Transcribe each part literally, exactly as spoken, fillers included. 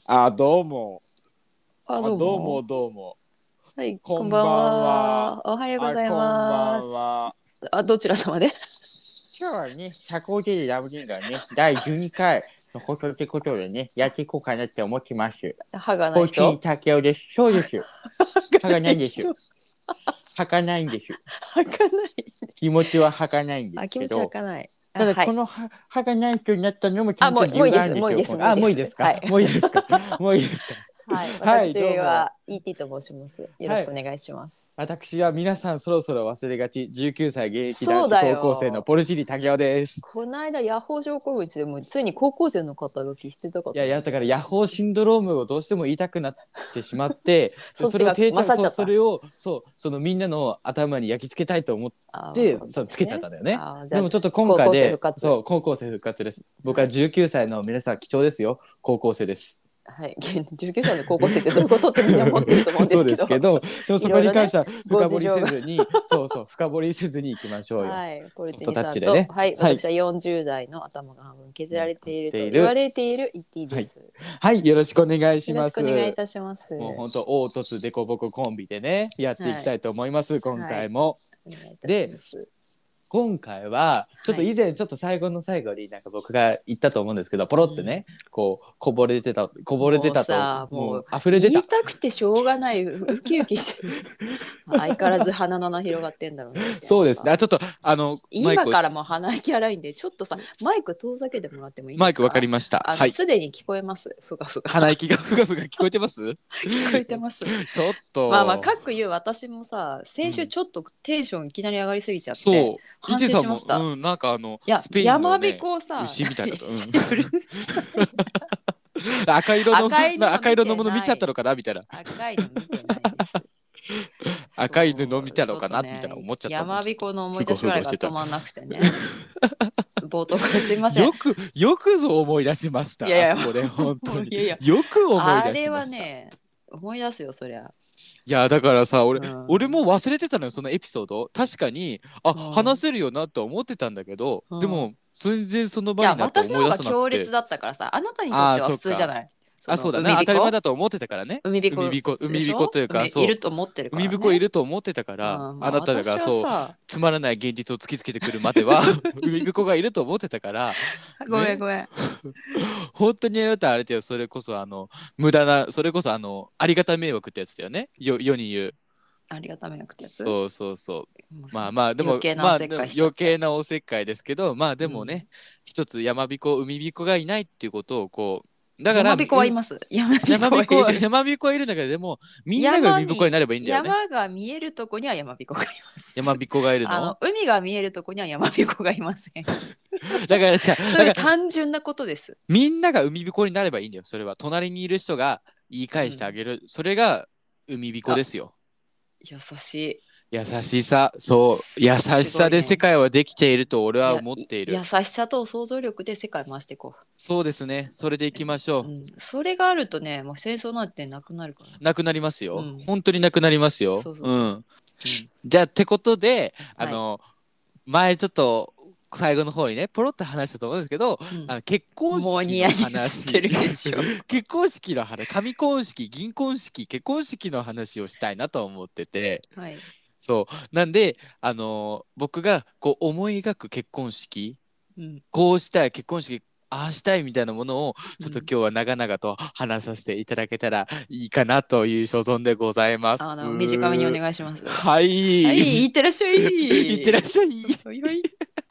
あ、どうも。 あ、 あ、 どうどうもも。 どうも。 はい、 ここんばんんばんは。 は。おはようごあ、 ざいこんばます。 んは。 あ、どちら様で？ 今日はね、社交辞令ラブジンがね、だいじゅうにかいの放送ってことでね、やっていこうかなって思ってます。 歯がなポチい人？ タケオです。そうです。 歯がはかない人。 ないんです。はかないんです。 歯がない。 気持ちははかないんですあ、気持ち開けど、 かない。あ、 ただはい。 このは歯がない人になったのもちゃあ、 んともう、もういいです。 理由があるんですよ。 もういいです。もういあ、 いです。 もういいですはい。 かもういいですかもういいですかはい。 はい、どうも。 私は イーティー と申します。よろはい。 しくお願いします。 私は皆さんそろそろ忘れがちじゅうきゅうさい現役男そうだ子高校生のよ。 ポルシリ竹雄です。 この間、ヤッホー上皇口でもついに高校生の肩書きしてたかいやいやと思う。 だからヤッホーシンドロームをどうしても言いたくなってしまってでそっちがそれを定着そう勝っちゃった。 それをそうそのみんなの頭に焼き付けたいと思っあ、まあ、そうてそうつけちゃっですね。 たんだよね。 あ、じゃあ、 でもちょっと今高校生復回でそ活。 う高校生復活です。僕ははい。 じゅうきゅうさいの皆さん貴重ですよ。高校生です。 はい、じゅうきゅうさいの高校生ってどういうことってみんな思ってると思うんでそうすけどですけどでもいそころいろね、 に関してはご深掘り事情がせずにそうそう深掘りせずにいきましょうよ。 はい、ポルチソフトタッニさんと、 チでね。 はい、 はい。 私はよんじゅう代の頭が半分削られていると言わている。 れているイティはい。 です。 はい、よろしくお願いしよろしくお願いいます。 たします。 もう本当、凹凸デコボココンビでね、やっていきはい、 たいと思います、今はい、 回も。 お願いいたしで、 ます。 今回は、ちょっはい、 と以前、ちょっと最後の最後になんか僕が言ったと思うんですけど、ポロってうん、 ね、こう、こぼれてた、こぼれもうてたと、 さ、もうもう溢れ出た。 言いたくてしょうがない、ウウキウキしてる。相変わらず鼻の穴広がってんだろうなみたいそうですね。 なさ。 あ、ちょっと、あの、マイクをち、 今からも鼻息荒いんで、ちょっとさ、マイク遠ざけてもらってもいいマイクわかりですか？ ました。 あの、 はい。 すでに聞こえます。ふがふが。 鼻息がふがふが聞こえてます聞こえてます。 ちょっまあまあ、 と、 かくいう私もさ、先週うん。 ちょっとテンションいきなり上がりすぎちゃって、 そう。イ反省テさんも、 しました。 うん、なんかあの、 いや、 スペインの山ね、 彦をさ、 牛みたいだった。うん。 うるさい。 赤色の、 赤いのは見な赤色のてない。 もの見ちゃったのかなみたいな。 赤いの見てないです。 赤い布そう、 見たのちょっとかなみたいなね、 思っちゃったもん。 山ちょっと、 彦の思い出ふごし笑いがふごしてた。 止まんなくてね。冒頭からすいません。 よく、よくぞ思い出しました。 いやいや、 あそこで、本当に。 もういやいや、 よく思い出あれしました。 はね、思い出すよ、そりゃ。 いや、だからさ、俺、 うん。 俺も忘れてたのよ、そのエピソード。確かに、あ、 うん。 話せるよなと思ってたんだけど、 うん。 でも、全然そのじゃあ、 場になって私の思い出方が強さなくて。 烈だったからさ、あなたにとっああ、 ては普そっか。 通じゃない？そあ、 の、 そうだね。当たり前海彦だと思ってたからね。 海彦海彦、海でしょ？ 彦というか、 海いるそう。 と思ってるか海彦いらね。 ると思ってたかうん、 ら、 まああなたが私はそう、 さ、 つまらない現実を突きつけてくるまでは、海彦がいると思ってたから、 ごめんね。 ごめん。 本当にあなたあれだよ、それこそあの、無駄な、それこそあの、ありがた迷惑ってやつだよね。よ、世に言う。 ありがた迷惑ってやつ？ そうそうそう。 もうそのまあまあ、でも、 余計なおまあ、でもせっかいしちゃっ余計て。 なおせっかいですけど、まあでうん。 もね、一つ山彦、海彦がいないっていうことを、こう、だから、 山彦はいうます。山山彦は、 彦はいる。 山彦はいるんだけど、でも、みんなが海彦に山に、 なればいいんだよね。 山が見えるとこには山彦がいま山す。 彦がいるあの、 の海が見えるとこには山彦がいません。 だから、じゃあ、 そういうだから、 単純なことです。 みんなが海彦になればいいんだよ。それは。隣にいる人が言い返してあうん。 げる。それが海彦であ、 すよ。 優しい。 優しさ、そう、優しすごいね。 さで世界はできていると俺はいや、い思っている。 優しさと想像力で世界回していこそうですね。それでいきましょう。うん。それがあるとね、もう戦争なんてなくなるからね。 う。なくなりますよ。 うん。 本当になくなりますよ。 そうそうそうん。 う。うん。 じゃあ、ってことで、あはい。 の、前ちょっと最後の方にね、ポロって話したと思うんですけど、 うん。 あの結婚もう式のニヤニヤして話、 るでしょ。 結婚式の話、紙婚式、銀婚式、結婚式の話をしたいなと思ってて、 はい。 そう。なんで、あの僕がこう思い描く結婚式、 うん。 こうしたい、結婚式、ああしたいみたいなものを、ちょっとうん。 今日は長々と話させていただけたらいいかなという所存でございます。 あの、短めにお願いします。 ははい、いい。 ってらっしゃいってらっい。 しゃい。 はいはい。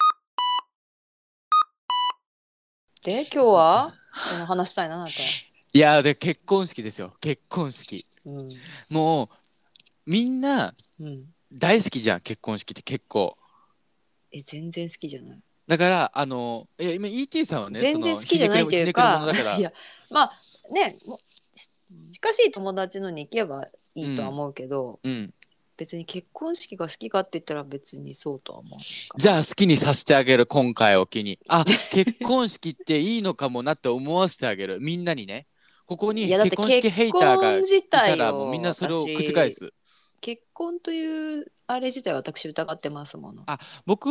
で、今日はその話したいな、あなた。 いやで結婚式ですよ。結婚式。 うん。 もうみんなうん。 大好きじゃん、結婚式って結構。 え、全然好きじゃない。 だからあのいや今 イーティー さんはね、そ全然好のひねくれきじゃないとひねくれ者いうか、 だかいら。 や、まあね、もうし近しい友達のに行けばいいとはうん思うけど、 うん。 別に結婚式が好きかって言ったら別にそうとは思うかな。 じゃあ好きにさせてあげる、今回を機に。あ、結婚式っていいのかもなって思わせてあげる、みんなにね。ここいや、だってに結婚式結ヘイターが婚自いた体らもうみんをなそれを覆私、 す。 結婚というあれ自体私疑ってますもの。 あ、僕は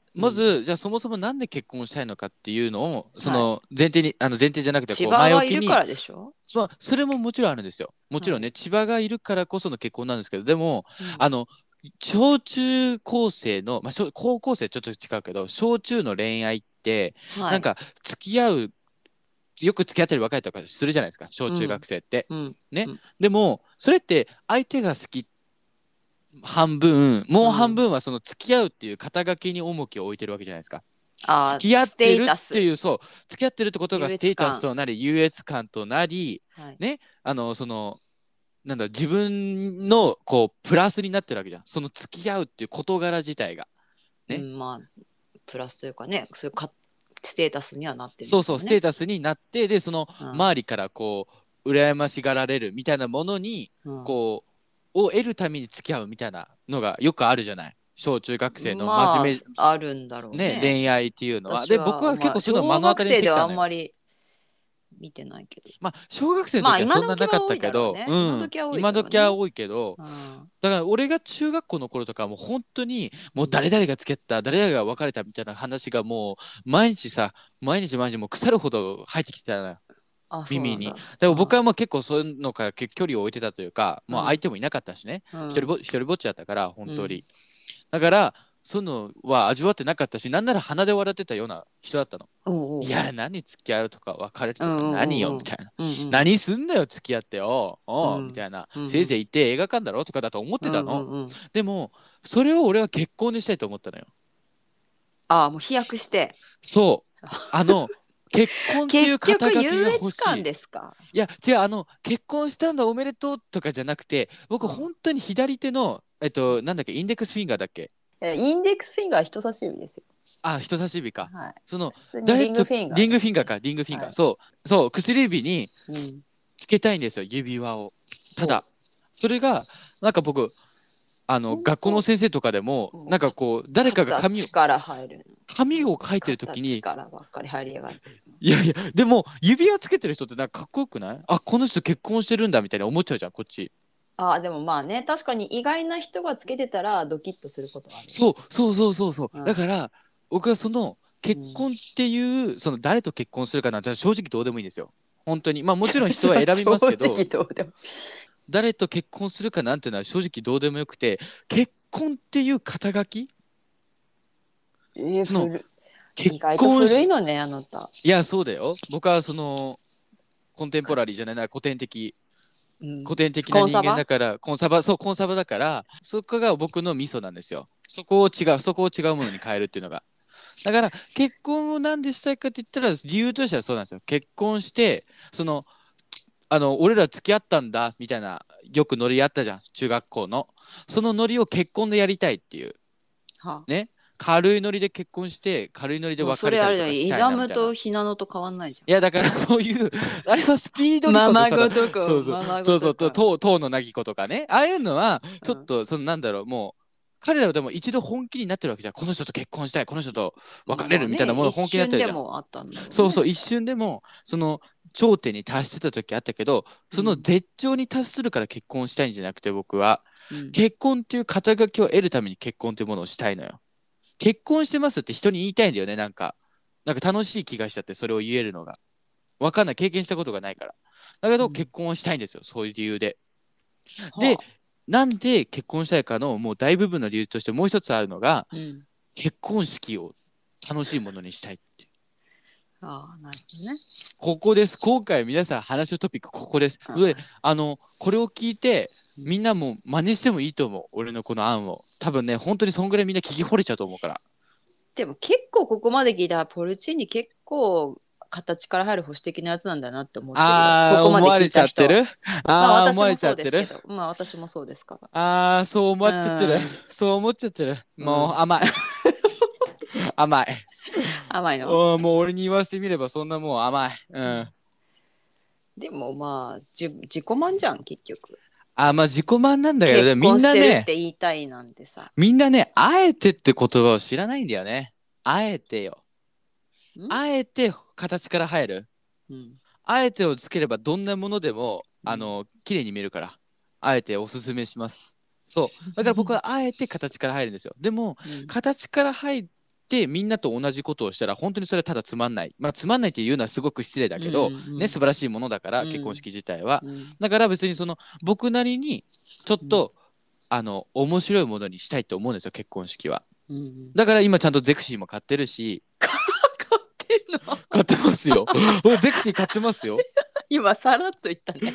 まず、 うん、 じゃあそもそもなんで結婚したいのかっていうのをそはい。 の前提に、あの前提じゃなくてこ千う葉がいるか前置きに、 らでしょ。 そそれももちろんあるんですよ。もちろんね、 はい。 千葉がいるからこその結婚なんですけど、でもうん。 あの小中高生の、まあ、小高校生ちょっと違うけど小中の恋愛ってはい。 なんか付き合う、よく付き合ったり別れたりとかするじゃないですか、小中うん。 学生ってうん。 ね。 うん。 でもそれって相手が好き半分、もう半うん。 分はその付き合うっていう肩書きに重きを置いてるわけじゃないですか。 あー、 付き合っステてるっータス、 ていう、そう、付き合ってるってこと優がステータス越感。 となり、優越感となり、 はい。 ね、あの、その、なんだ、自分の、こう、プラスになってるわけじゃん。その付き合うっていう事柄自体が。ね。 うん、まあ、プラスというかね、そういうかステータスにはなってるそうそう、 のかもね。 ステータスになって、で、その、 うん。 周りから、こう、羨ましがられるみたいなものに、 うん。 こう、を得るために付き合うみたいなのがよくあるじゃない。小中学生の真ま面目、 あ、あるんだろうね、 ね。 恋愛っていうのは。で、僕私は、 は結まあ、 構そういうのを目小の当たりにし学生ではあてきたのよ。 んまり見てないけど。 まあ、小学生のまあ、 時は今そんななかっ時は多いたけど、 だろうね。 うん、 今時は多い今だろうね。 時は多いけど、 うん。 だから俺が中学校の頃とかはもう本当に、もううん。 誰々が付き合った、誰々が別れたみたいな話がもう、毎日さ、毎日毎日もう腐るほど入ってきてたのよ、 あ、そうな耳に。 んだ。 でも僕あ、 はもう結構そういうのから結構距離を置いてたというか、もう相うん。 手もいなかったしね、 うん。 一人ぼ一人ぼっちだったから、本うん。 当に。だから、そういうのは味わってなかったし、なんなら鼻で笑ってたような人だったの。 おうおうおう。 いや、何付き合うとか別れるとかうんうん何うんうん。 よみたいな。 うんうん。 何すんだよ付き合ってよ。おうみうん。 たいな。 うんうん。 せいぜい行って映画館だろとかだと思っうんうてたの。 んうん。 でも、それを俺は結婚にしたいと思ったのよ。 ああ、もう飛躍して。 そう。あの、結婚っていう結局、 肩書きが優越感欲しい。 ですか。 いや、違う、あの、結婚したんだおめでとうとかじゃなくて、僕うん。 本当に左手の、えっと、なんだっけ、インデックスフィンガーだっけ。 えインデックスフィンガーは人差し指ですよ。 あ、人差し指か。 はい。 その、 普通に誰と、 リングフィンガリンーですね。 グフィンガーか、リングフィンガー。 はい。 そう、そう、薬指にうん。 つけたいんですよ、指輪を。たほだ、それが、なんか僕、あう。 の、 本学校の当、 先生とかでも、 もうかなんかこう、誰かが紙を、 形から入る。 紙を書いてるときに、 形からばっかり入りやがる。 いやいや、でも、指輪つけてる人ってなんかかっこよくない？あ、この人結婚してるんだみたいに思っちゃうじゃん、こっち。 ああ、でもまあね、確かに意外な人がつけてたらドキッとすることはあるよね。 そう、そうそうそうそう。 うん。 だから、僕はその、結うん。 婚っていう、その誰と結婚するかなんて正直どうでもいいんですよ。本当に。まあもちろん人は選び正ますけど、 直どうでも。 誰と結婚するかなんていうのは正直どうでもよくて、結婚っていう肩書き、 えー、 その、 古結意外と婚し、 古いのね、あなた。 いや、そうだよ。僕はその、コンテンポか、 ラリーじゃないな、古典的、 うん。 古典的な人コンサバ。 間だから、コンサバ、そう、コンサバだから、そこが僕のミソなんですよ。そこを違う、そこを違うものに変えるっていうのが。だから、結婚をなんでしたいかって言ったら、理由としてはそうなんですよ。結婚して、その、あの、俺ら付き合ったんだ、みたいな、よくノリあったじゃん、中学校の。そのノリを結婚でやりたいっていう。 はあ、 ね。軽いノリで結婚して、軽いノリでもう別れたりそれあれだよ、 とかしたいイザなみたいな。 ムとひなのと変わんないじいやだからそういう、あれはスピードゃん。ま離婚で、その、 まごとく、 そうそう、 ままそうそう、と、 ごとく。 と当のなぎことかね。ああいうのは、 うん。 ちょっと、そのなんだろう、もう、彼らはでも一度本気になってるわけじゃん。この人と結婚したい、この人と別れるみたいなまあね、一もの本気になって瞬でるじゃん。 もあったんだろうね。 そうそう、一瞬でも、その、頂点に達してた時あったけど、そのうん。 絶頂に達するから結婚したいんじゃなくて、僕は、 うん。 結婚っていう肩書きを得るために結婚っていうものをしたいのよ。結婚してますって人に言いたいんだよね、なんか。なんか楽しい気がしちゃって、それを言えるのが。わかんない、経験したことがないから。だけうん。 ど結婚をしたいんですよ、そういう理由で。で、 はあ。 なんで結婚したいかのもう大部分の理由としてもう一つあるのが、 うん。 結婚式を楽しいものにしたいって。 ああ、なるほどね。 ここです。今回皆さん話のトピックここです。で、 ああの、これを聞いて、 うん。 みんなも真似してもいいと思う。俺のこの案を。多分ね、本当にそんぐらいみんな聞き惚れちゃうと思うから。 でも結構ここまで聞いたらポルチーニ結構形から入る保守的なやつなんだなって思ってるよ。こあー、 こまで聞思われいた人は。 ちゃってる。 まああー、思われ私もそうちゃってる。 ですけど、まあ私もそうですかあー、そう思ら。 っちゃってる。 うーん。 そう思っちゃってる。 うん。 もう甘い。甘い。 甘いの。 おーもう俺に言わせてみればそんなもう甘い。うん。 でもまあじ自己満じゃん結局。 あ、まあ自己満なんだけど、でもみん結婚しなね、 てるって言いたいなんてさ。 みんなね、あえてって言葉を知らないんだよね。あえてよ。 ん。 あえて形から入る。 うん。 あえてをつければどんなものでも、 うん。 あの、綺麗に見えるから。あえておすすめします。そう。だから僕はあえて形から入るんですよ。でも、 うん。 形から入っってみんなと同じことをしたら本当にそれはただつまんない、まあつまんないっていうのはすごく失礼だけど、 うんうんうんね、素晴らしいものだから、 うん結婚式自体は、 うんだから別にその僕なりにちょっと、あの面白いものにしたいと思うんですよ、結婚式は。 うんうんだから今ちゃんとゼクシーも買ってるし。 買ってんの買ってますよ。俺ゼクシー買ってますよ。 今さらっと言ったね。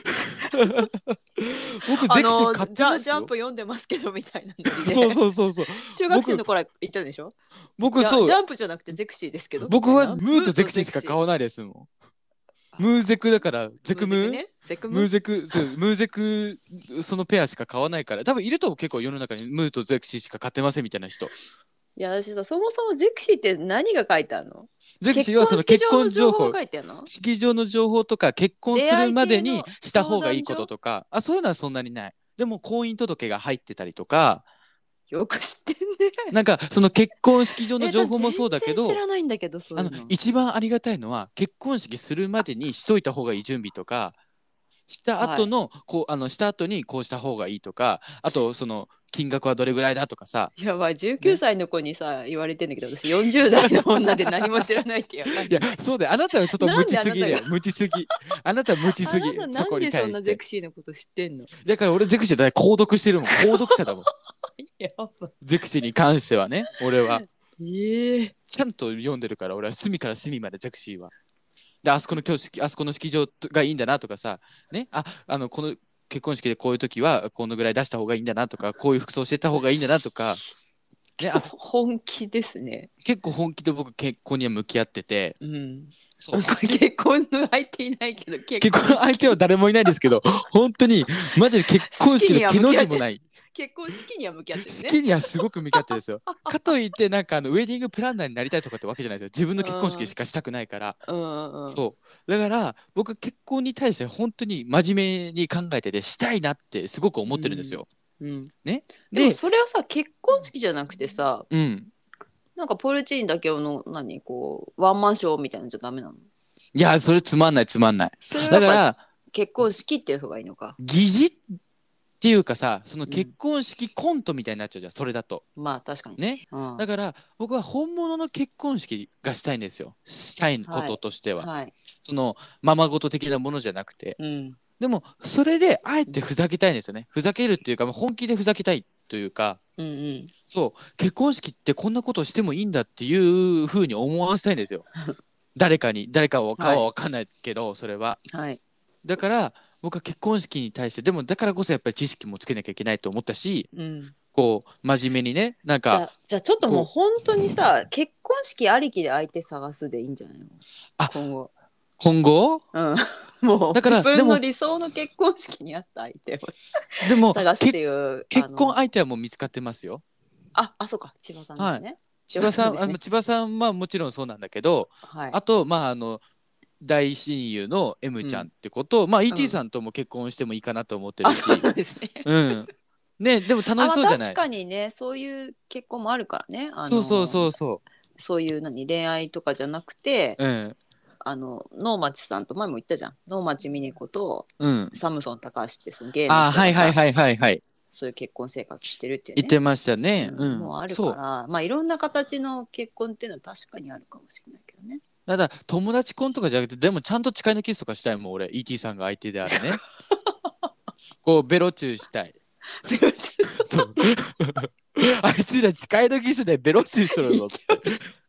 僕ゼクシー買ってジャますよ。 ジャンプ読んでますけどみたいなノリで。 そうそうそうそう。 中学生の頃言ったでしょ。ジャ僕そうジャンプじゃなくてゼクシーですけど。 僕はみたいなムーとゼクシーしか買わないですもん。ムーゼクだからゼクムー、 ね、ゼクムムーゼクそうムーゼクそのペアしか買わないから、多分いると結構世の中にムーとゼクシーしか買ってませんみたいな人。 いや私さそもそもゼクシーって何が書いてあるの？ ゼクシーはその結婚情報、 書いてあるの？ 式場の情報とか結婚するまでに出会い系のした方がいいこととか、あそういうのはそんなにない。でも婚姻届が入ってたりとか、 よく知ってんね。 なんかその結婚式場の情報もそうだけど、 全然知らないんだけどそういあのうの。 一番ありがたいのは結婚式するまでにしといた方がいい準備とか、した後の、こうあのした後にこうした方がいいとか、あとその金額はどれぐらいだとかさ。 やばいじゅうきゅうさいの子にさ、言われてんだけど私よんじゅう代の女で何も知らないってやばい。 いやそうだよ、あなたはちょっと無知すぎだよ。 なんで無知すぎ。あなたは無知すぎ。 あなたそこなんでそんなに対してゼクシーのこと知ってんの？ だから俺ゼクシーだ購読してるもん。購読者だもん。 やばゼクシーに関してはね、俺は。 い。ええちゃんと読んでるから、俺は隅から隅までゼクシーは。で、あそこの教式、あそこの式場がいいんだなとかさ、ね、あ、あの、この結婚式でこういう時はこのぐらい出した方がいいんだなとか、こういう服装してた方がいいんだなとか、ね、あ、 本気ですね。 結構本気で僕結婚には向き合ってて、 うん。 そう。 結婚の相手いないけど結結婚相手は誰もいないんですけど、本当にマジで結婚式の毛の字もない。 結婚式には向き合ってるね。 式にはすごく向き合ってるんですよ。かといってなんかあのウェディングプランナーになりたいとかってわけじゃないですよ。自分の結婚式しかしたくないから。 うんうんうん。 そうだから僕結婚に対して本当に真面目に考えててしたいなってすごく思ってるんですよ。 うん。 ね。 でもで、 それはさ結婚式じゃなくてさ、 うん。 なんかポルチーニだけの何こうワンマンショーみたいなのじゃダメなの？ いやそれつまんないつまんない。 それはだかやっぱら結婚式っていう方がいいのか。 疑似っていうかさ、その結婚式コントみたいになっちゃうじゃん、それだと。 まあ確かに。 ね。 うん、 だから僕は本物の結婚式がしたいんですよ。したいこととしては。 はい。 そのままごと的なものじゃなくて。 うん。 でもそれであえてふざけたいんですよね。ふざけるっていうか、まあ本気でふざけたいというか、 うんうん。 そう結婚式ってこんなことしてもいいんだっていう風に思わせたいんですよ。誰かに誰かはかは分かんないけど、それは。 はい。 だから僕は結婚式に対してでもだからこそやっぱり知識もつけなきゃいけないと思ったし、 うん。 こう真面目にねなんじゃかあじゃあちょっともうこう本当にさ結婚式ありきで相手探すでいいんじゃないの？ あ今後。 今後うん。もうだからでも自分の理想の結婚式に合った相手をでも探すってけいう。 結婚あの相手はもう見つかってますよ。 ああそうか千葉さんですね。 千葉さん、 ですねあの千葉さんはもちろんそうなんだけど、 はい。 あとまああの大親友の M ちゃんってことを、まあ イーティーうんさんとも結婚してもいいかなと思ってるし、 あそうなんですね。 うんねでも楽しそうじゃあまあない。 確かにねそういう結婚もあるからね。あのそうそうそうそそういう何恋愛とかじゃなくて、 ううんあの能町さんと前も言ったじゃん。能町みね子とうんサムソン高橋ってそのゲイのあ人がさはいはいはいはいはいそういう結婚生活してるっていうね。 言ってましたね。 ううんん、 もうあるそうからまあいろんな形の結婚っていうのは確かにあるかもしれないけどね。 ただ友達婚とかじゃなくてでもちゃんと誓いのキスとかしたいもん俺 イーティー さんが相手であるねこうベロチューしたいそうあいつら誓いのキスでベロチューしとるぞっつって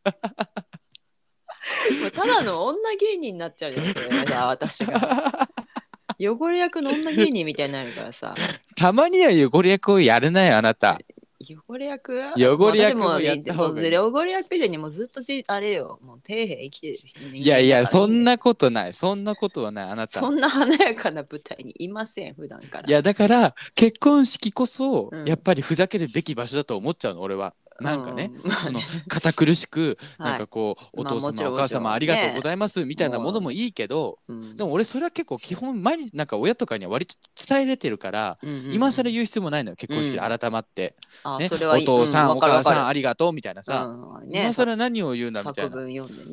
もうただの女芸人になっちゃうじゃんそれさ私が汚れ役の女芸人みたいになるからさ。 たまには汚れ役をやるなよあなた。 汚れ役汚れ役も私もやった方がいいもう汚れ役以前にもうずっとじあれよもう底辺生きてる人間だからいやいやそんなですことないそんなことはないあなた。 そんな華やかな舞台にいません普段から。 いやだから結婚式こそうんやっぱりふざけるべき場所だと思っちゃうの俺は。なんかね、 うんその堅苦しくはいなんかこう、 まあお父もちろん様お母様ありがとうございますみたいなねものもいいけど、 うんでも俺それは結構基本前になんか親とかには割と伝えれてるから、 うんうんうん今更言う必要もないのよ結婚式で改まって、ね、 あそれはいいお父さん、 うお母さんありりがとうみたいなさ、 うんね、 今更何を言うんだみたいな。 作文読んでね。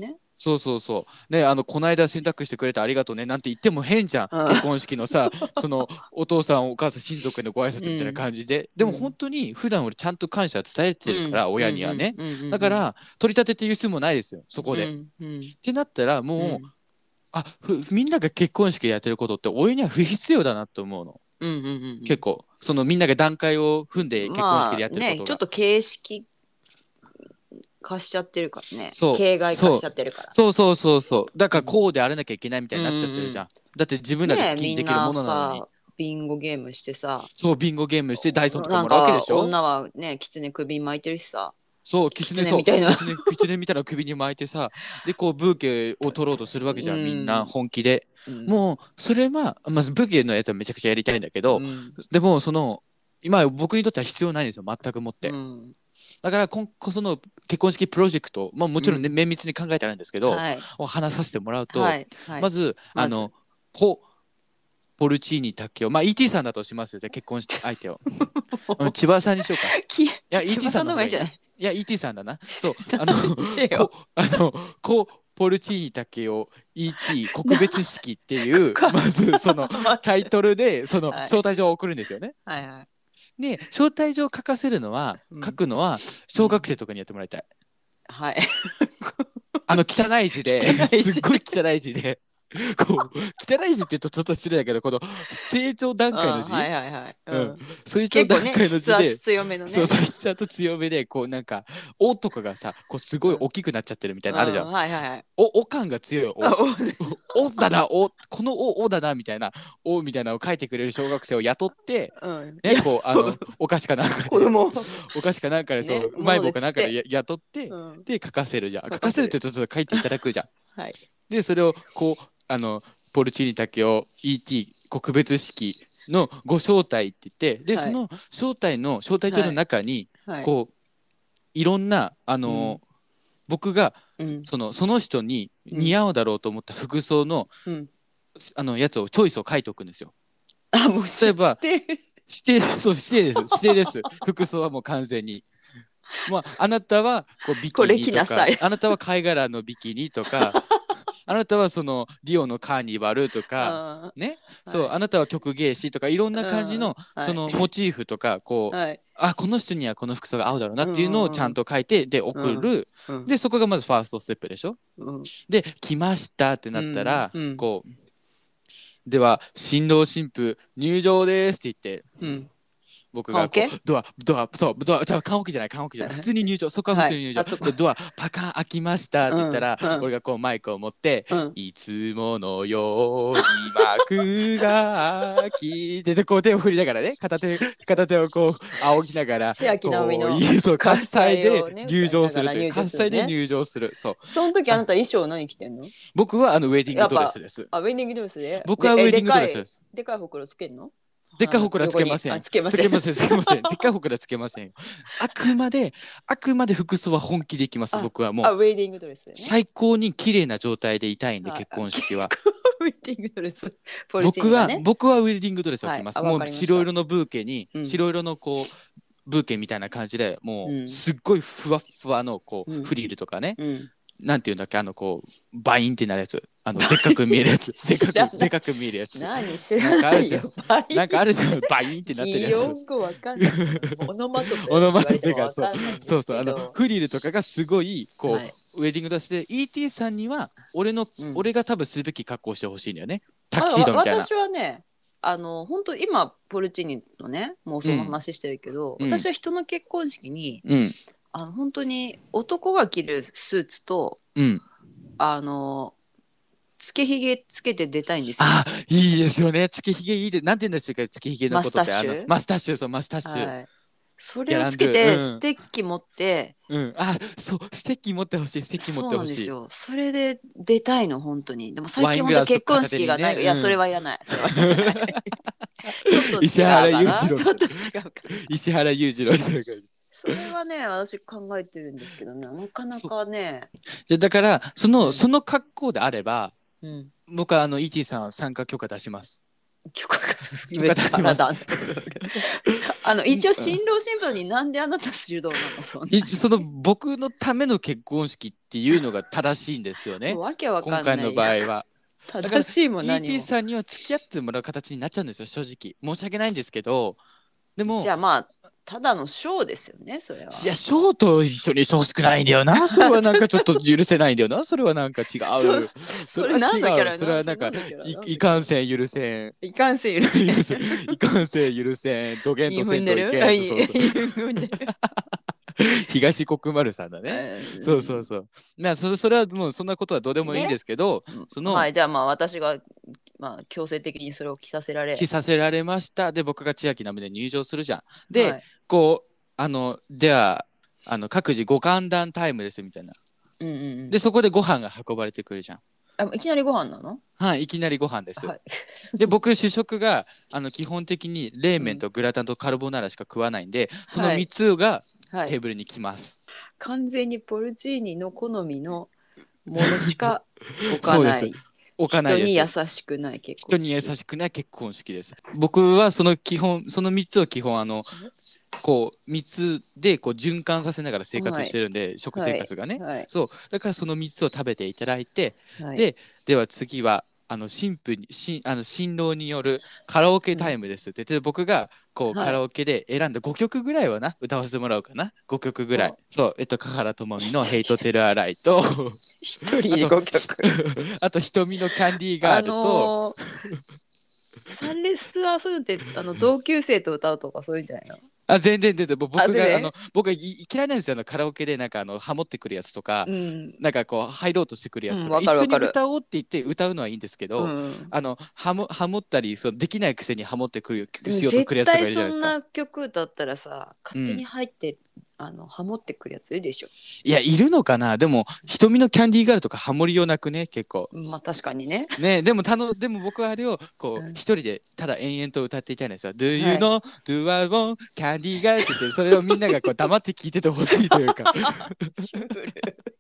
そうそうそうね、あのこの間選択してくれてありがとうねなんて言っても変じゃん、 うん結婚式のさそのお父さんお母さん親族へのご挨拶みたいな感じで、でも本当に普段俺ちゃんと感謝伝えてるから、親にはね、だから取り立てて言う必要もないですよそこで、 うんうんってなったらもう、 うんあふみんなが結婚式でやってることって親には不必要だなと思うの、 うんうんうん結構そのみんなが段階を踏んで結婚式でやってることが、 まあね、ちょっと形式化しちゃってるからね、 そう形骸化しちゃってるからそうそうそうそうだからこうであらなきゃいけないみたいになっちゃってるじゃん、だって自分らで好きにできるものなのに、 ね、みんなさビンゴゲームしてさ、 そうビンゴゲームしてダイソンとかなんかもらうわけでしょ、 女はね狐首に巻いてるしさ、 そうキツネ狐みたいなそうキツネキツネみたいな首に巻いてさでこうブーケを取ろうとするわけじゃん、 うんみんな本気で、 うんもうそれはまずブーケのやつはめちゃくちゃやりたいんだけど、 うんでもその今僕にとっては必要ないんですよ全くもって、 うんだから今こその結婚式プロジェクト、まあ、もちろん、ねうん綿密に考えてあるんですけど、 はいを話させてもらうと、 はいはい、 まずまずあのポポルチーニ竹雄、まあ イーティー さんだとしますよ、じゃあ結婚式相手をうん千葉さんにしようか、 きや千葉さんの方がいいじゃない。 いや イーティー さんだなそうあのでよこあのこポルチーニ竹雄 イーティー 告別式っていうまずそのタイトルでそのはい招待状を送るんですよね。 はいはい。 で招待状を書かせるのは、 うん書くのは小学生とかにやってもらいたい。 はい。 あの汚い字で汚い字すっごい汚い字でこう汚い字って言うとちょっと失礼だけどこの成長段階の字、 うんはいはいはい。ううんん、 成長段結構ね階の字で、 筆圧強めのね。 そうそう筆圧強めでこうなんか「お」とかがさこうすごい大きくなっちゃってるみたいなのあるじゃん。 うはいはいはい。 お、お感が強いお。 あおおだな、お、このお、おだなみたいな、おみたいなのを書いてくれる小学生を雇って、 うん。 ね、こう、あの、お菓子かなんかで、 子供。 お菓子かなんかで、そう、 ねうまい棒かなんか物ででや雇って、 うん。 で、書かせるじゃん。書書かせるかせるって言うとちょっと書いていただくじゃん。 はい。 で、それを、こう、あの、ポルチーニ竹雄 イーティー 告別式のご招待って言って、で、 はいその招待の、招待状の中に、 はい。 こう、いろんな、あの、僕が、 うん。 そのその人に似合うだろうと思った服装の、 うん。 あのやつをチョイスを書いておくんですよ。 あもう例えばして指定そう指定です指定です服装はもう完全に。まああなたはこうビこれキニとか着なさいあなたは貝殻のビキニとかあなたはそのリオのカーニバルとかあね、そうはいあなたは曲芸師とかいろんな感じのうんはいそのモチーフとかこう、 はい。 あこの人にはこの服装が合うだろうなっていうのをちゃんと書いてで送る、 うん。 でそこがまずファーストステップでしょ。 うん。 で来ましたってなったら、 うんうんこうでは新郎新婦入場ですって言ってうん。 僕がこ缶オケうドアドアそうドアじゃあ缶オケじゃない缶オケじゃない普通に入場そこは普通に入場、 はいあそこでドアパカン開きましたって言ったら、 うんうん俺がこうマイクを持って、 うん。 いつものように幕が開きででこう手を振りながらね片手片手をこう仰ぎながら千秋直美のこういいそう喝采で喝采をね入場するという歌いながら入場喝するね采で入場するそうその時あなた衣装何着てんの？ 僕はあのウェディングドレスですあウェディングドレスで。 僕はウェディングドレスでですでかいでかいほくろつけんの？ でっかいほくろはつけません。 あつけません。 つけません、つけません。でっかいほくろはつけませんよ。あくまで、あくまで服装は本気でいきます、 あ僕はもう。 あウェディングドレスでね。 最高に綺麗な状態でいたいんで、 あ結婚式は。 ウェディングドレス。ポルチー僕は、 ニがね。 僕はウェディングドレスを着ます。もうはいあわかりました白色のブーケに、 うん白色のこう、ブーケみたいな感じでもうんうすっごいふわっふわのこう、 うんフリルとかね、 うん。 なんていうんだっけあのこうバインってなるやつあのでっかく見えるやつで知らないかくでかく見えるやつ何知らないよ。 なんかあるじゃんバインってなってるやつ日本語わかんない。オノマトペ。 オノマトペがそう言われてもわかんないんですけどそうそうあのフリルとかがすごいこう、 はいウェディングドレスで イーティー さんには俺の、 うん俺が多分すべき格好をしてほしいんだよねタキシードみたいな。 あ私はねあの本当今ポルチーニのね妄想の話してるけど、 うん私は人の結婚式にうんあの本当に男が着るスーツとうんあのつけひげつけて出たいんですよ。 あいいですよねつけひげいいでなんて言うんですかつけひげのことってマスタッシュあのマスタッシュそうマスタッシュ、 はい、それをつけてギャランドゥうんステッキ持って、 うんあそうステッキ持ってほしいステッキ持ってほしい。 そうなんですよ。それで出たいの本当に。でも最近ワイングラス本当結婚式がない、いや片手にねうんそれはいらない。それはいらないちょっと違うかな。 石原裕次郎ちょっと違うかな。 石原裕次郎みたいな感じそれはね私考えてるんですけどねなかなかね。 でだからその、 うんその格好であればうん。 僕はあの イーティー さん参加許可出します。 許可が許可出します上からだあの一応新郎新婦になんであなた主導なのそんいその僕のための結婚式っていうのが正しいんですよねなわけわかんない今回の場合は。 正しいも何イーティーもさんには付き合ってもらう形になっちゃうんですよ正直。申し訳ないんですけど、でもじゃあまあただのショーですよねそれは。 いやショーと一緒にしてほしくないんだよな。それはなんかちょっと許せないんだよな。それはなんか違う。それはそれ何のキャラ違う。それはなんか何のキャラいいかんせん許せん。 いかんせん許せ許せんいかんせん許せん。どげんとせんといけんと。そうそう東国丸さんだね。そうそうそう。なそれそれはもうそんなことはどうでもいいんですけど、その、 はいじゃあまあ私がまあ強制的にそれを着させられ着させられました。で僕が千秋なめで入場するじゃん。で、 はいこうあのではあの各自ご歓談タイムですみたいな。 うんうんうんでそこでご飯が運ばれてくるじゃん。 あいきなりご飯なのはいいきなりご飯です。 はいで僕主食があの基本的に冷麺とグラタンとカルボナーラしか食わないんで、そのみっつがはいテーブルに来ます。 完全にポルチーニの好みのものしか置かそうですない置かない人に優です。 しくない結人婚式に優しくない結婚式です。僕はその基本そのみっつを基本あのこうみっつでこう循環させながら生活してるんで、食生活がね、 はいそうだからそのみっつを食べていただいて、 はいででは次はあの新婦に新あの新郎によるカラオケタイムですって、で僕がこうはいカラオケで選んだごきょくぐらいはな歌わせてもらおうかな。ごきょくぐらい、 おそうえっと華原朋美の「ヘイトテルアライ」と一人でごきょくあと瞳のキャンディーガールと、 あのー参列はそういうのってあの同級生と歌うとかそういうんじゃないのあ全然全然僕あ全然があの僕がい嫌いなんですよあのカラオケでなんかあのハモってくるやつとか、 うんなんかこう入ろうとしてくるやつとうんか、一緒にわかるわかる歌おうって言って歌うのはいいんですけど、 うんあのハモハモったりそうできないくせにハモってくるでもしようとくるやつとかいるじゃないですか。 絶対そんな曲歌ったらさ勝手に入って、あのハモってくるやついるでしょいやいるのかな。でも瞳のキャンディーガールとかハモりようなくね結構まあ確かにねね。でもたのでも僕はあれをこううん一人でただ延々と歌っていたいんですよ。Do は you い know do I want candy girl って言ってそれをみんながこう黙って聞いててほしいというかシュール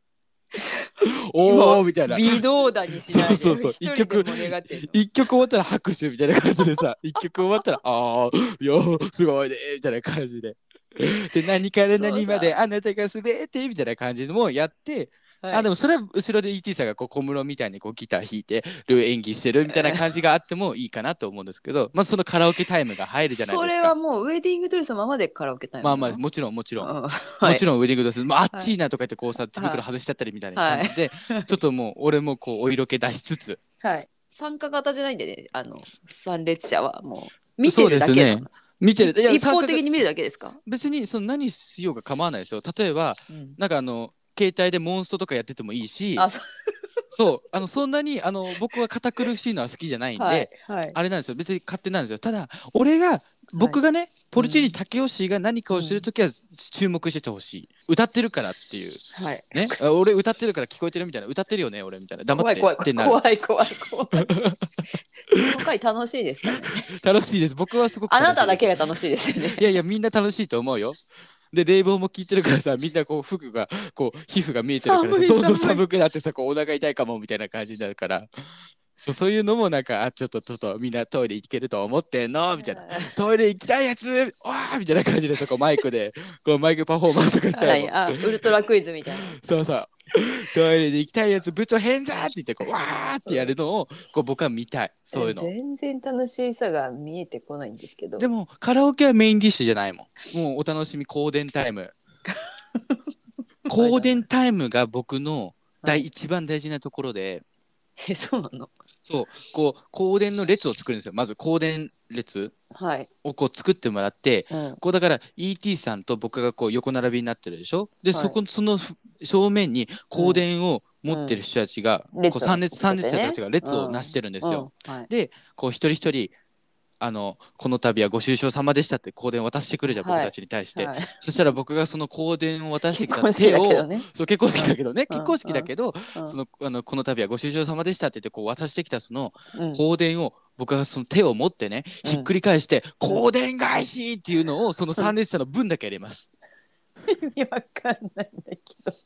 おーみたいな。 微動だにしないでそうそうそう一人で盛り上がってる一曲終わったら拍手みたいな感じでさ一曲終わったら「ああいやすごいね」みたいな感じで。で何から何まであなたがすべてみたいな感じのもやって、 はいあでもそれは後ろで イーティー さんがこう小室みたいにこうギター弾いてる演技してるみたいな感じがあってもいいかなと思うんですけど、まずそのカラオケタイムが入るじゃないそれですか。 はもうウェディングドレスのままでカラオケタイムまあまあもちろんもちろん、 うんもはいちろんウェディングドレス、まあ、あっちいなとか言ってこうさ手袋外しちゃったりみたいな感じで、ちょっともう俺もこうお色気出しつつはい参加型じゃないんでねあの参列者はもう見てるだけなの、 そうですね見てるいや一方的に見るるだけですか、 別にその何しようが構わないですよ。例えばうんなんかあの携帯でモンストとかやっててもいいし、 あそうそうあのそんなにあの僕は堅苦しいのは好きじゃないんで、 はいはいあれなんですよ別に勝手なんですよ。ただ俺が僕がね、ポルチーニ武雄が何かをしてるときは注目しててほしい。歌ってるからっていうはいね、あ俺歌ってるから聞こえてるみたいな、歌ってるよね俺みたいな、黙って怖い怖いってなる。 怖い怖い怖い怖いこの回楽しいですかね楽しいです。僕はすごくあ楽しいです。 なただけが楽しいですよねいやいやみんな楽しいと思うよ。で冷房も効いてるからさみんなこう服がこう皮膚が見えてるからさ寒いどんどん寒い寒くなってさこうお腹痛いかもみたいな感じになるから、そうそういうのもなんかあちょっとちょっとみんなトイレ行けると思ってんのみたいな、トイレ行きたいやつわーみたいな感じでそこマイクでこうマイクパフォーマンスとかしたら、 はいあウルトラクイズみたいなそうそうトイレで行きたいやつ部長変だって言ってこうわーってやるのをこう僕は見たい。そういうの全然楽しさが見えてこないんですけどでもカラオケはメインディッシュじゃないもん。もうお楽しみ香典タイム香典タイムが僕の大一番大事なところで、 えそうなのそうこう香典の列を作るんですよ。まず香典列はい、 をこう作ってもらってうん、 こうだから イーティー さんと僕がこう横並びになってるでしょ。で、 はいそこその正面に香典を持ってる人たちが、 うんこう参列参列者列をねたちが列をなしてるんですよ。 うんはいでこう一人一人あのこの度はご愁傷様でしたって香典を渡してくるじゃん、 はい僕たちに対して、 はいそしたら僕がその香典を渡してき結婚式た手を、 だけどねそう結婚式だけどね、 うん結婚式だけど、 うんそのあのこの度はご愁傷様でしたって言ってこう渡してきたそのうん香典を僕がその手を持ってね、 うんひっくり返して「香典返し!」っていうのをその参列者の分だけ入れます。 意味わかんないんだけど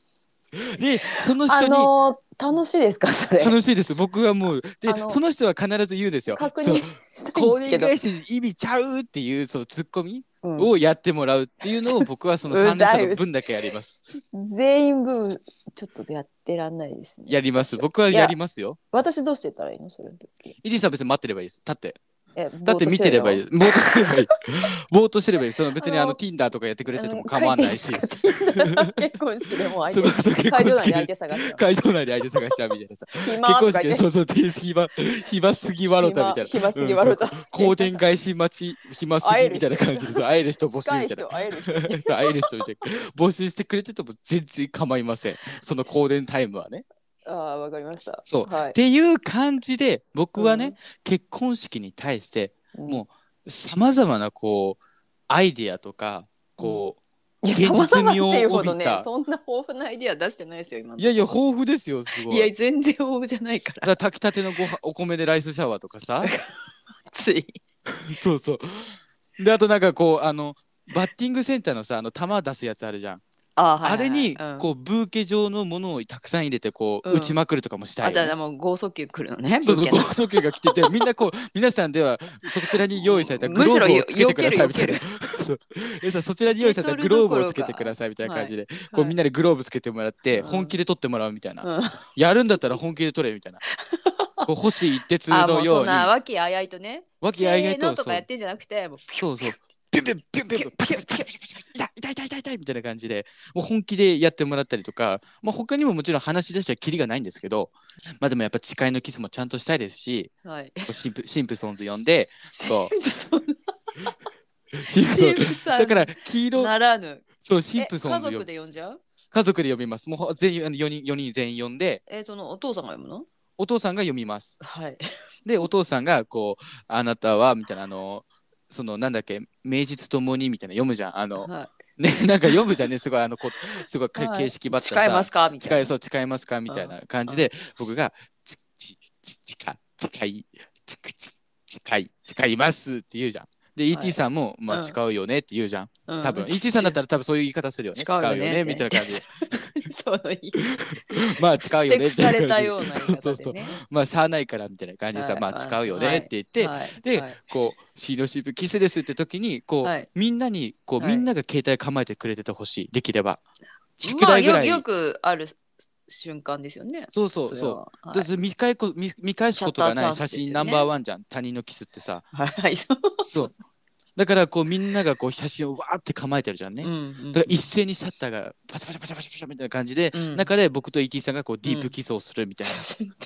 でそのあ人にのー、楽しいですかそれ。 楽しいです。僕はもうであのその人は必ず言うんですよ。 確そう認したい公んですけど。 認返し意味ちゃうっていうそのツッコミうんをやってもらうっていうのを僕はそのうざい三連射の分だけやります。 全員分ちょっとやってらんないですね。 やります。 私は僕はやりますよ。 私どうしてたらいいのそれの時。 イリーさんは別に待ってればいいです。立って。 え、 だって見てればいい。ぼーっとしてればいい。ぼーっとしてればいい。その別にあのあの Tinder とかやってくれてても構わないし。 結婚式でも相手そうそう結会場内で相婚式で手探しちゃう。 会場内で相手探しちゃうみたいなさ。結暇と婚式か言ってでそうそう暇暇すぎわろたみたいな。 暇すぎわろたうんそう公電返し待ち暇すぎみたいな感じでそう会える人募集みたいな。 近い人会える人そう会える人みたいな募集してくれてても全然構いません。その公電タイムはね。 ああ、わかりました。 そう、 はい、 っていう感じで僕はね、 うん結婚式に対してうんもうさまざまなこうアイデアとかこう、 いや現実味を様々っていうほどね帯びた、 そんな豊富なアイディア出してないですよ今のところ。 いやいや豊富ですよすごい。 いや全然豊富じゃないかだからら炊きたてのごはお米でライスシャワーとかさついそうそうであとなんかこうあのバッティングセンターのさあの球出すやつあるじゃん。 あ、はいはいはい、 あれにうんこうブーケ状のものをたくさん入れてこう、 うん打ちまくるとかもしたいよね。 あ、じゃあもう剛速球来るのね。 そうそうブーケの剛速球が来ててみんなこう皆さんではそちらに用意されたグロむしろーブをつけてくださいみたいなよ。 そうえさそちらに用意されたグローブをつけてくださいみたいな感じで、こうみんなでグローブつけてもらって、 うん本気で取ってもらうみたいな、 うん、 やるんだったら本気で取れみたいなこう星一徹あ、もうそんのようにな和気あいあいとね。 和気あいあいとせーのとかやってんじゃなくて、もうそうそうピュンピュンピュンピュンパシパシパシパシパシ痛い痛い痛い痛い痛いみたいな感じでもう本気でやってもらったりとか、まあ、他にももちろん話し出したらキリがないんですけど、まあでもやっぱ誓いのキスもちゃんとしたいですし、 はい。 こうシンプシンプソンズ呼んでこシンプソンうシンプソンシンプさんだから黄色ならぬ。 そうシンえ、 プソンズ呼ん家族で呼んじゃう？ 家族で呼びます。もう全員あのよにんよにん全員呼んでえ、そのお父さんが読むの？ お父さんが読みます。 はい。 でお父さんがこうあなたはみたいなあのそのなんだっけ名実ともにみたいな読むじゃんあの、 はねなんか読むじゃんねすごいあのこすごいはい形式ばい。 ったさ、 誓いますかみたいな。 誓いそう誓いますかみたいな感じで、僕がちちち誓誓いちくち誓い誓いますって言うじゃん。で、 はいイーティー さんも、まあ、 うん誓うよねって言うじゃん。 うん多分 イーティー さんだったら多分そういう言い方するよね。 誓うよね誓うよねみたいな感じで。 そのいい。 まあ誓うよねみふてくされたいな感じで。 たような言い方でね。 そうそうまあしゃあないからみたいな感じでさ、 はいまあ誓うよねって言って、 はいで、 はいこうシーロシープキスですって時にこう、 はいみんなにこう、 はいみんなが携帯構えてくれててほしいできればひゃくまあだいぐらい、 よよくある瞬間ですよね。 そうそうそうれははいだって見返こ見見返すことがない写シャッターチャンスですよね真ナンバーワンじゃん他人のキスってさはい。そう。 そうだからこうみんながこう写真をわーって構えてるじゃんね、 うんうんだから一斉にシャッターがパシャパシャパシャパシャパシャみたいな感じで、 うん中で僕と イーティー さんがこうディープキスをするみたいな、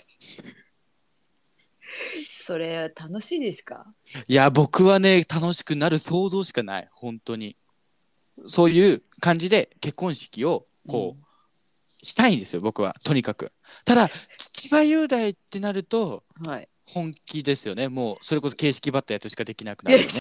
それ楽しいですか？ いや僕はね楽しくなる想像しかない本当にそういう感じで結婚式をこう、 うんしたいんですよ僕はとにかく。ただ千葉雄大ってなるとはい。 本気ですよね。もうそれこそ形式ばったやつしかできなくなるよね。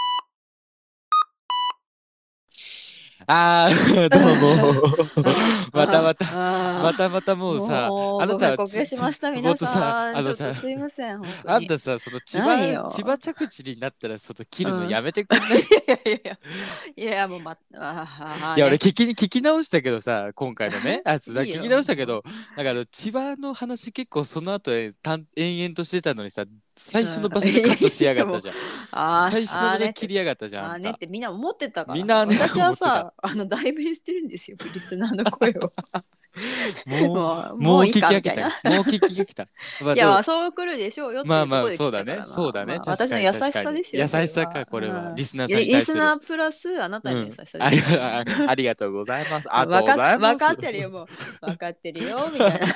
あーどうもまたまたままたまたもうさもうあなたはご報告しましたち皆もっとさん。 あのさちょっとすいません本当に。 あんたさその千何よ葉千葉着地になったらその切るうんのやめてくんない、 いやいやいやいやいやもうまああいや俺ね聞きに聞き直したけどさ今回のねあついいよ聞き直したけどなんかあの千葉の話結構その後えたん延々としてたのにさ最初の場所でカットしやがったじゃん。 あー最初の場所あーねで切りやがったじゃん。 あーねあんたってみんな思ってたから。 みんなね私は思ってさあの代弁してるんですよリスナーの声を。 もううもう聞きいいか飽きたみたいな。 よ。もう聞き飽きた。まあいやでもそう来るでしょうよっていうまあまあところでそうだね来たからそうだねまあ確かに私の優しさですよ。 優しさかそれこれはうんリスナーさんに対するリスナープラスあなたの優しさですよ。 あいやありがとうございます。ありがとう分かございます。 分かってるよもう分かってるよみたいな。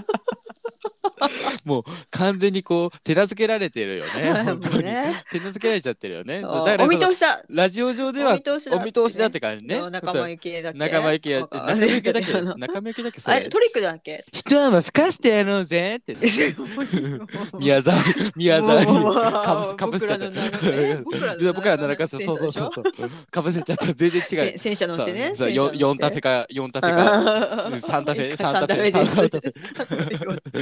もう完全にこう手なずけられてるよね。本当にもうね手なずけられちゃってるよね。そうおだからお見その通しだ。 ラジオ上ではお見通しだお見通しだって感じね。 そう仲間由紀恵だっけ。 仲間由紀恵わか仲間由紀恵だっけあの仲間由紀恵だっけそれ。 あれトリックだっけ。 人は吹かしてやろうぜって宮沢宮沢にもうかぶせかぶせちゃった。 僕らの名のね僕らの名の僕らの中そうそうそうそうそうかぶせちゃった全然違う。 せ戦車乗ってね。 そうそう戦車乗って四四タフェか四タフェか三タフェ三タフェ三タフェ三タフェ三タフェ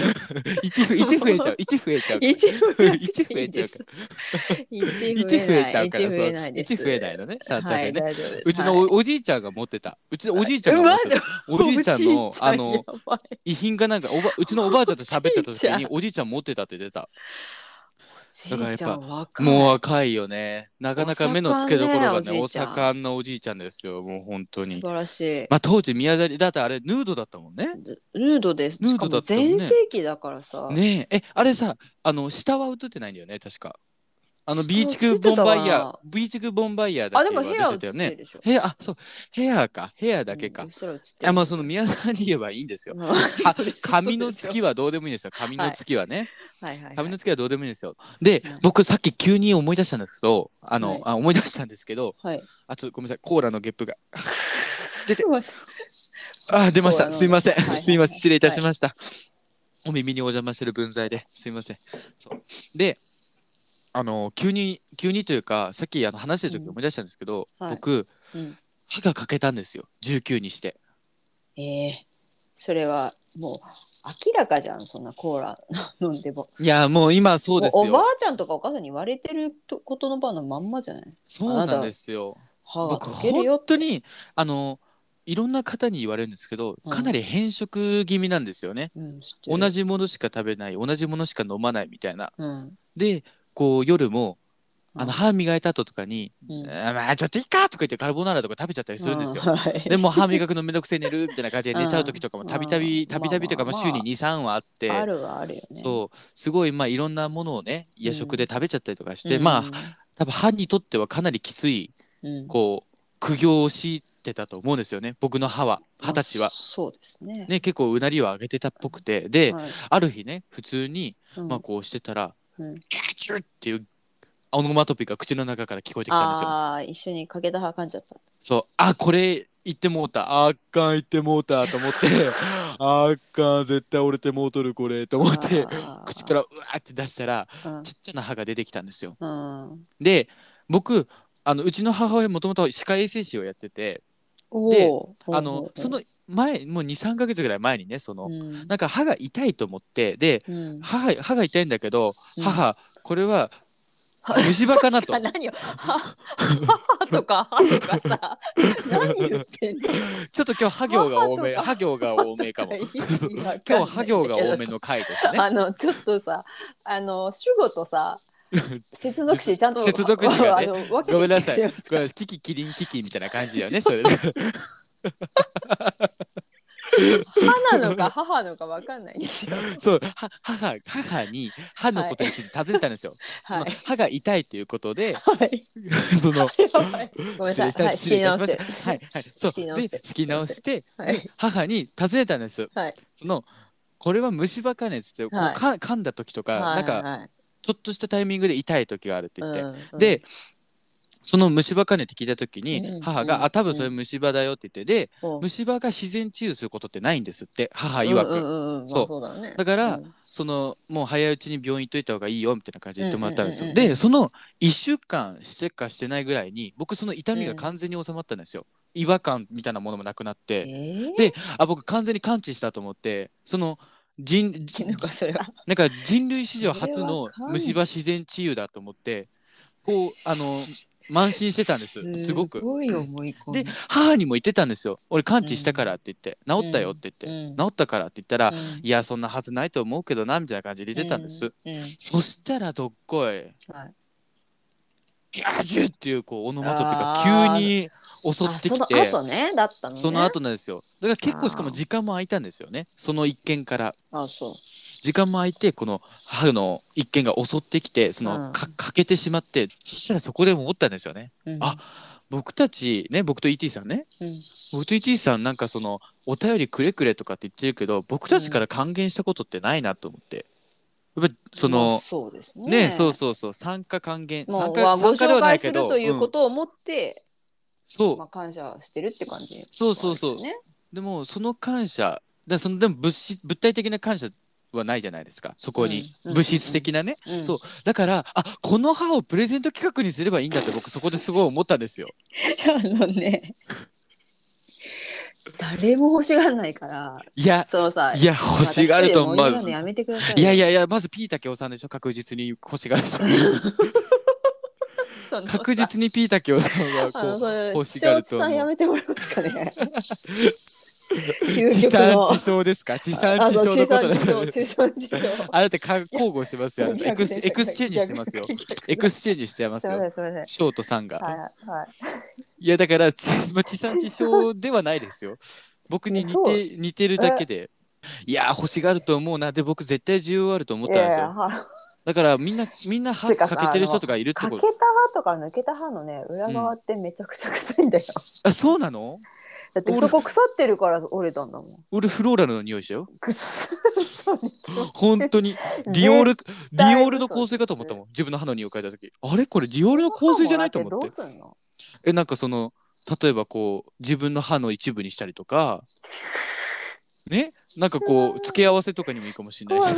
一ふ一増えちゃう一増えちゃう一増えなくて一増えちゃうから一一増えちゃうから一増えないです。 一増えないのねサンタフはい、 ェね、 大丈夫です。 うちのはいおおじいちゃんが持ってたうちのおじいちゃんが持ってた、おじいちゃんのあの遺品がなんかおばうちのおばあちゃんと喋ってた時におじいちゃん持ってたって出た。だからやっぱもう若いよね。なかなか目の付けどころがね、お盛んなおじいちゃんですよ。もう本当に。 素晴らしい。 まあ当時宮崎だってあれヌードだったもんね。 ヌードです。 ヌードだったもんね。 全盛期だからさ。 ねえ、えあれさ、あの下は映ってないんだよね確か。あのビーチクボンバイヤー、ビーチクボンバイヤーだけは出てたよね。ヘア、あ、そう、ヘアか、ヘアだけか。あ、まあその宮沢に言えばいいんですよ。髪の月はどうでもいいんですよ。髪の月はね。髪の月はどうでもいいんですよ。で、僕さっき急に思い出したんですけど、あの、あ思い出したんですけど、あ、ちょっとごめんなさい、コーラのゲップが出て、あ、出ました。すいません、すいません、失礼いたしました。お耳にお邪魔してる分際ですいません。そうで。あの急に急にというかさっきあの話してる時思い出したんですけど、うん、僕、はいうん、歯が欠けたんですよじゅうきゅうにして。 えー、それはもう明らかじゃんそんなコーラ飲んでも。 いやもう今そうですよ。 おばあちゃんとかお母さんに言われてることの場のまんまじゃない。 そうなんですよ。僕本当にあのいろんな方に言われるんですけど、かなり偏食気味なんですよね、うん、同じものしか食べない同じものしか飲まないみたいな、うん、でこう夜もあの歯磨いた後とかに、うん、あまあちょっといいかとか言ってカルボナーラとか食べちゃったりするんですよ、うんはい、でも歯磨くのめんどくせえ寝るみたいな感じで寝ちゃう時とかもたびたびたびたびというかまあ週に にさんはあって、 あるはあるよね。 そうすごいまあいろんなものをね夜食で食べちゃったりとかして、うん、まあ多分歯にとってはかなりきつい、うん、こう苦行をしてたと思うんですよね僕の歯は二十歳は。 そうですね。 ね結構うなりを上げてたっぽくてで、はい、ある日ね普通に、まあこうしてたら、うん、キャーチューっていうオノマトペが口の中から聞こえてきたんですよ。 ああ一緒にかけた歯噛んじゃった。 そうあこれ言ってもうたあっかん言ってもうたと思ってあっかん絶対折れてもうとるこれと思って口からうわーって出したら、うん、ちっちゃな歯が出てきたんですよ、うん、で僕あのうちの母親もともと歯科衛生士をやっててであのその前もう にさんかげつぐらい前にねその、うん、なんか歯が痛いと思ってで、うん、歯, 歯が痛いんだけど、うん、母これは虫歯かなと何よ母とか歯とかさ何言ってんのちょっと今日歯行が多め歯行が多めかも今日歯行が多めの回ですね。 あのちょっとさあの主語とさ接続詞ちゃんと接続詞がねごめんなさいこれキキキリンキキみたいな感じだよねそれ歯なのか母なのか分かんないんですよ。 そう母母に歯のことについて尋ねたんですよ、はい、その歯が痛いということで、はい、そのごめんなさい失礼いたしましたはいはいそうで仕切り直して、はい、母に尋ねたんです、はい、そのこれは虫歯かねっつって、はい、こう噛んだ時とか、はい、なんか、はいちょっとしたタイミングで痛い時があるって言って、うんうん、でその虫歯かねって聞いた時に母が、うんうん、あ多分それ虫歯だよって言ってで、うん、虫歯が自然治癒することってないんですって母曰く、うんうんうん、そう、まあそうだね、だから、うん、そのもう早いうちに病院行っといた方がいいよみたいな感じで言ってもらったんですよ、うんうんうんうん、でそのいっしゅうかんしてかしてないぐらいに僕その痛みが完全に収まったんですよ、うん、違和感みたいなものもなくなって、えー、であ僕完全に完治したと思ってその人なんかそれはなんか人類史上初の虫歯自然治癒だと思ってこうあの慢心してたんですすごく。すごい思い込みで母にも言ってたんですよ俺完治したからって言って、うん、治ったよって言って、うん、治ったからって言ったら、うん、いやそんなはずないと思うけどなみたいな感じで言ってたんです、うんうん、そしたらどっこい、はいギャージュっていうこうオノマトペが急に襲ってきてその後ねだったのねその後なんですよだから結構しかも時間も空いたんですよねその一件からあそう時間も空いてこの歯の一件が襲ってきてその、うん、か欠けてしまってそしたらそこでも思ったんですよね、うん、あ僕たちね僕と イーティー さんね、うん、僕と イーティー さんなんかそのお便りくれくれとかって言ってるけど僕たちから還元したことってないなと思って、やっぱその、まあ、 そうですね。 ね、そうそうそう参加還元参加参加ではないけどご紹介するということを思って、うん、 そう、 まあ、感謝してるって感じ、ね、 そうそうそうでもその感謝だそのでも 物, 物体的な感謝はないじゃないですかそこに、うん、物質的なね、うんうん、そうだからあこの歯をプレゼント企画にすればいいんだって僕そこですごい思ったんですよあのね誰も欲しがらないから、 いやそうさ、 いや欲しがると思うまた一人で盛り上がるのやめてくださいよ。 いやいやいやまずピータケオさんでしょ、確実に欲しがる人そのさ確実にピータケオさんはこあのそうれ欲しがると庄司さんや思う。 めてもらえますかね。 地産地消ですか？地産地消のことですよね。 地産地消。 あれってか交互してますよ。エクスエクスチェンジしてますよ。エクスチェンジしてますすみませんよ。 すみません。 ショーとさんが。 はいはい。 いやだからち、まあ、地産地消ではないですよ。僕に似いやて似てるだけで。いや欲しがると思うな。で僕絶対需要あると思ったんですよ。 はだからみんなみんな歯てかさかけてる人とかいるってかけたこと。 歯とか抜けた歯のね裏側ってめちゃくちゃ臭いんだよ。 あそうなの？ だってそこ腐ってるから折れたんだもん。 俺フローラルの匂いしたよ。 くっそ本当にディオールディオールの香水かと思ったもん。自分の歯の匂い嗅いだ時、あれこれディオールの香水じゃないと思って。 どうすんの？ えなんかその例えばこう自分の歯の一部にしたりとかね、なんかこう付け合わせとかにもいいかもしれないし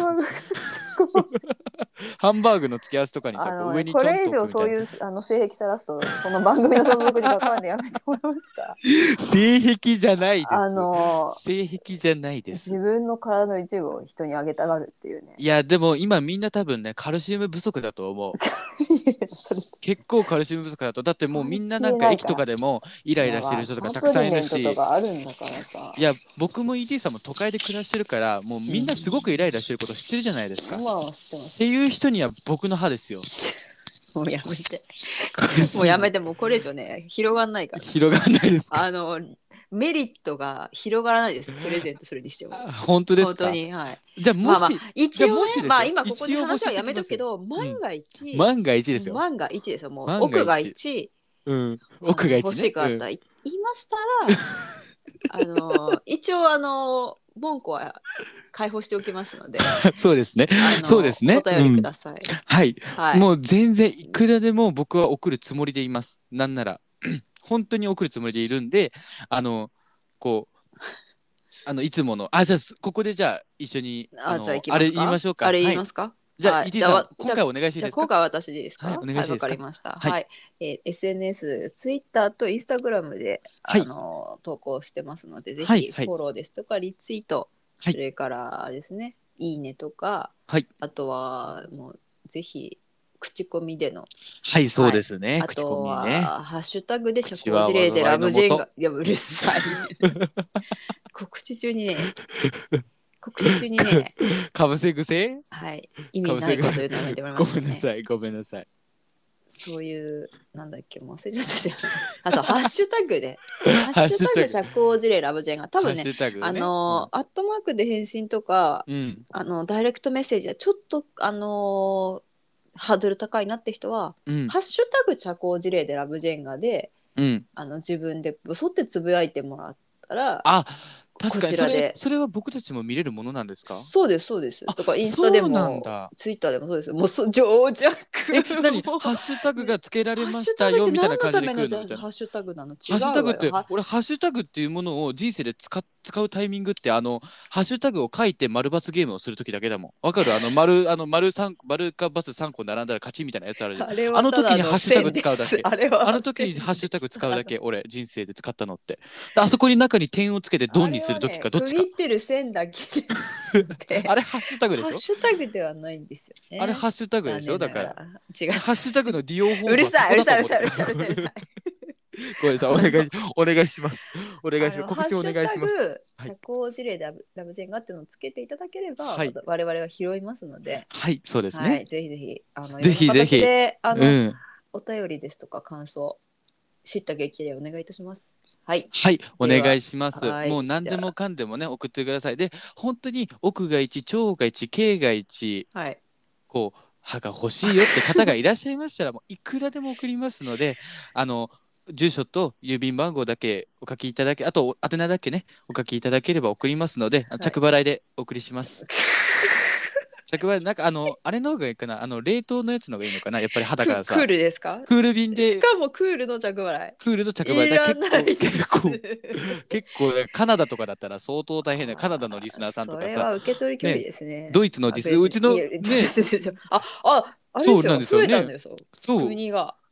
ハンバーグの付け合わせとかにさこう上にちょんとこれ以上置くみたいな。 そういうあの性癖さらすとこの番組の存続に関わるのやめてもらえますか？ 性癖じゃないです。 あの性癖じゃないです自。分の体の一部を人にあげたがるっていうね。 いやでも今みんな多分ねカルシウム不足だと思う。結構カルシウム不足だと。だってもうみんななんか駅とかでもイライラしてる人とかたくさんいるし、 サプリメントとかあるんだからさ。 いや僕も イーティー さんも都会で暮らしてるからもうみんなすごくイライラしてること知ってるじゃないですか、 今は知ってます。 っていう人には僕の歯ですよ。 もうやめて。 カルシウムもうやめて、もうこれ以上ね、広がんないから。 広がらないですか？ あの、メリットが広がらないです。プレゼントするにしても。 あ本当ですか？ 本当に、はい。 じゃあもし、 まあまあ、一応ね、 じゃあもしですよまあ今ここで一応もし話はやめとくけど、万が一、 万が一ですよ。 万が一ですよ。もう万が一奥が一、 うん奥が一ね。 欲しかった、 うんい言いましたら、あの、一応あの、文句は開放しておきますので、 そうですね。 あのそうですね。 お便りください。 はい、 はい。 もう全然いくらでも僕は送るつもりでいます。なんなら本当に送るつもりでいるんで、あのこうあのいつものあじゃあここでじゃあ一緒にあ、 のじゃあ行きますか。 あれ言いましょうか。 あれ言いはいますか。 じゃあ、 はいイーティー さんじゃあ今回お願いしていいですか？ じゃあ今回は私でいいですか。 はいお願いしていいですかわかりました。 はいはい。えー エスエヌエス、ツイッターとインスタグラムで、 はいあの投稿してますので、ぜはいはいひフォローですとかリツイート、 はいそれからあれですね、いいねとか、 はいあとはもうぜひ口コミでの、 はいそうですね、 あと口コミは、 ね。 ハッシュタグで社口は交辞令でラブジェン災いのが、いやうるさい。告知中にね、告知中にね、 かぶせ癖はい、意味ないこと言うのやめてもらいます、ね。 ごめんなさいごめんなさい。 そういうなんだっけもう忘れちゃったじゃん。あそうハッシュタグでハッシュタグ社交辞令ラブジェンが多分ねハッシュタグねあのーアットマークで返信とかうんあのダイレクトメッセージはちょっとあのーハードル高いなって人は、 うんハッシュタグ社交辞令でラブジェンガでうんあの自分でボソってつぶやいてもらったらあ確かにそこちらでれそれは僕たちも見れるものなんですか？ そうですそうですあとかインスタでそうなんもだツイッターでもそうですよもうそ情弱え何ハッシュタグがつけられましたよみたいな感じで来るのみたいな。 ハッシュタグなの違うハッシュタグってわよ俺ハッシュタグっていうものを人生で使使うタイミングってあのハッシュタグを書いて丸×ゲームをするときだけだもん。わかる？あの丸あの丸三丸か×三個並んだら勝ちみたいなやつあるじゃん。 あれはあの時にハッシュタグ使うだけ。 あれはあの時にハッシュタグ使うだけ俺人生で使ったのってあそこに中に点をつけてドンにするときかどっちか区切ってる線だけですってあれハッシュタグでしょハッシュタグではないんですよね。 あれハッシュタグでしょだから残念ながら違う。 ハッシュタグの利用方法はうるさいうるさいうるさいうるそこだと思ってさいうるさいうるさい。 ごめんなさいお願いお願いしますお願いしあのます告知お願いします。 ハッシュタグはい社交辞令ラブラブジェンガっていうのをつけていただければ、 はい我々が拾いますので、 はいそうですはい、 ね。 ぜひぜひあのぜひぜひいろんな形であの、 うんお便りですとか感想知った激励お願いいたします。はいはいおでは願いします。 はいもう何でもかんでもね送ってください。で本当に奥が一腸が一径が一はいこう歯が欲しいよって方がいらっしゃいましたらもういくらでも送りますのであの住所と郵便番号だけお書きいただけあと宛名だけねお書きいただければ送りますので、 はい着払いでお送りします着払いなんかあのあれの方がいいかなあの冷凍のやつの方がいいのかなやっぱり歯だからさククールですか？ クール便でしかもクールの着払い。 クールの着払いだいらないです結構結構結構ねカナダとかだったら相当大変なカナダのリスナーさんとかそれさは受け取り距離ですね。 ドイツのディスうちのねあ、別にいやちょちょちょちょあ、あ、あれそうですよ。 なんですよね増えたんですよ。 そう国が。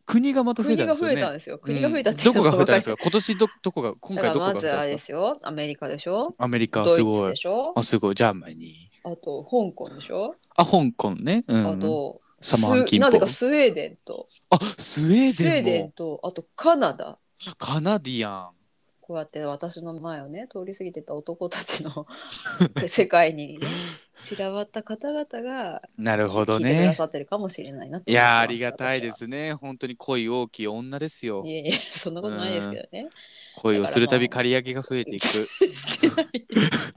国がまた増え国がたんですよね。 増えたんですよ。国が増えたってうんどこが増えたんですかか今年どどこが今回どこがまずあれ増えたんでかですすよ。アメリカでしょ。 アメリカドイツすごいでしょ。 あすごいジャーマニーあと香港でしょ。 あ香港ねうんあとサマーキンポスなぜかスウェーデンとあスウェスウェーデンーデンもとあとカナダ。 カナディアンこうやって私の前をね通り過ぎてた男たちの世界にね散らばった方々がなるほど聞いてくだねさってるかもしれないなといやーあ思ってます。 りがたいですね本当に恋大きい女ですよ私はいえいえそんなことないですけどね。 恋をするたび借り上げが増えていくしてない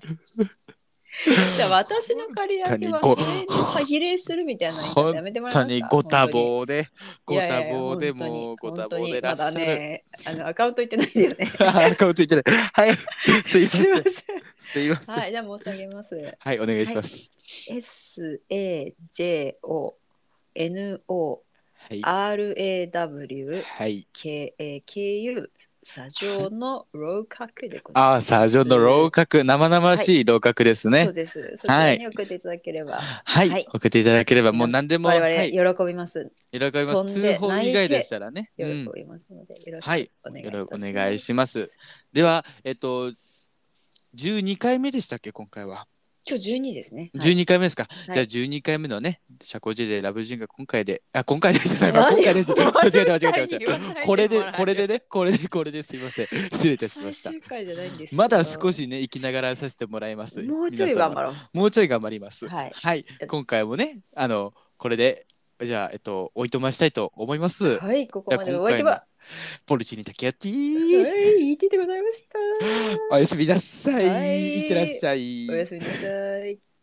じゃあ私の借り上げはそれに比例するみたいな言い方やめてもらえますか。 本当にご多忙でご多いやいや忙で本当にもうご多本当に忙でらっしゃる、 まだねあのアカウント言ってないんだよね。 アカウント言ってないはいすいませんすいません。 すいませんはいじゃあ申し上げます。 はいお願いします S A J O N O はい R A W はい K A K U 砂上の楼閣でございます。 ああ砂上の楼閣生々しい楼閣ですねそうです。そちらに送っていただければ、 はい、 はい送っていただければもう何でも我はい 々喜びます。 喜びます飛んで通報以外でしたらね、 喜うんびますので、よろしはいくお願いいよろたします。 お願いしますではえっとじゅうにかいめでしたっけ今回は今日じゅうにですね。はいじゅうにかいめですか、 はいじゃあじゅうにかいめのね社交辞令ラブジンが今回であ今回でじゃないわ何今回で間違えた間違えた間違え言わないたこれでもらえるこれでねこれでこれですいません失礼いたしました最終回じゃないんですけどまだ少しね生きながらさせてもらいますもうちょい頑張ろろう。 うもうちょい頑張りますはい今回もねあのこれでじゃあえっとおいとましたいと思いますはい、ここまでのお相手は、 ポルチーニタケヤテはィい、イーティーでございました。 おやすみなさい、 はいいってらっしゃいおやすみなさい。